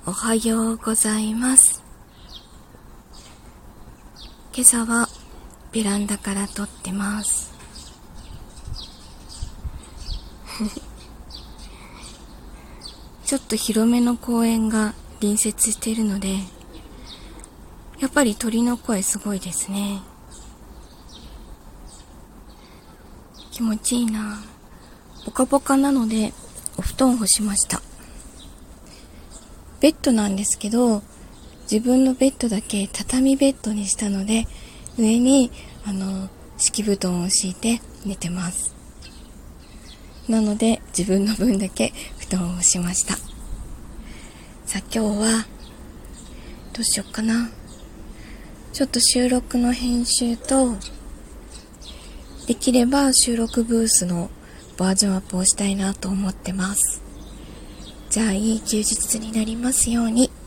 おはようございます。今朝はベランダから撮ってますちょっと広めの公園が隣接しているので、やっぱり鳥の声すごいですね。気持ちいいな。ポカポカなのでお布団を干しました。ベッドなんですけど、自分のベッドだけ畳ベッドにしたので、上に敷布団を敷いて寝てます。なので自分の分だけ布団を干しました。さあ今日はどうしようかな。ちょっと収録の編集と、できれば収録ブースのバージョンアップをしたいなと思ってます。じゃあいい休日になりますように。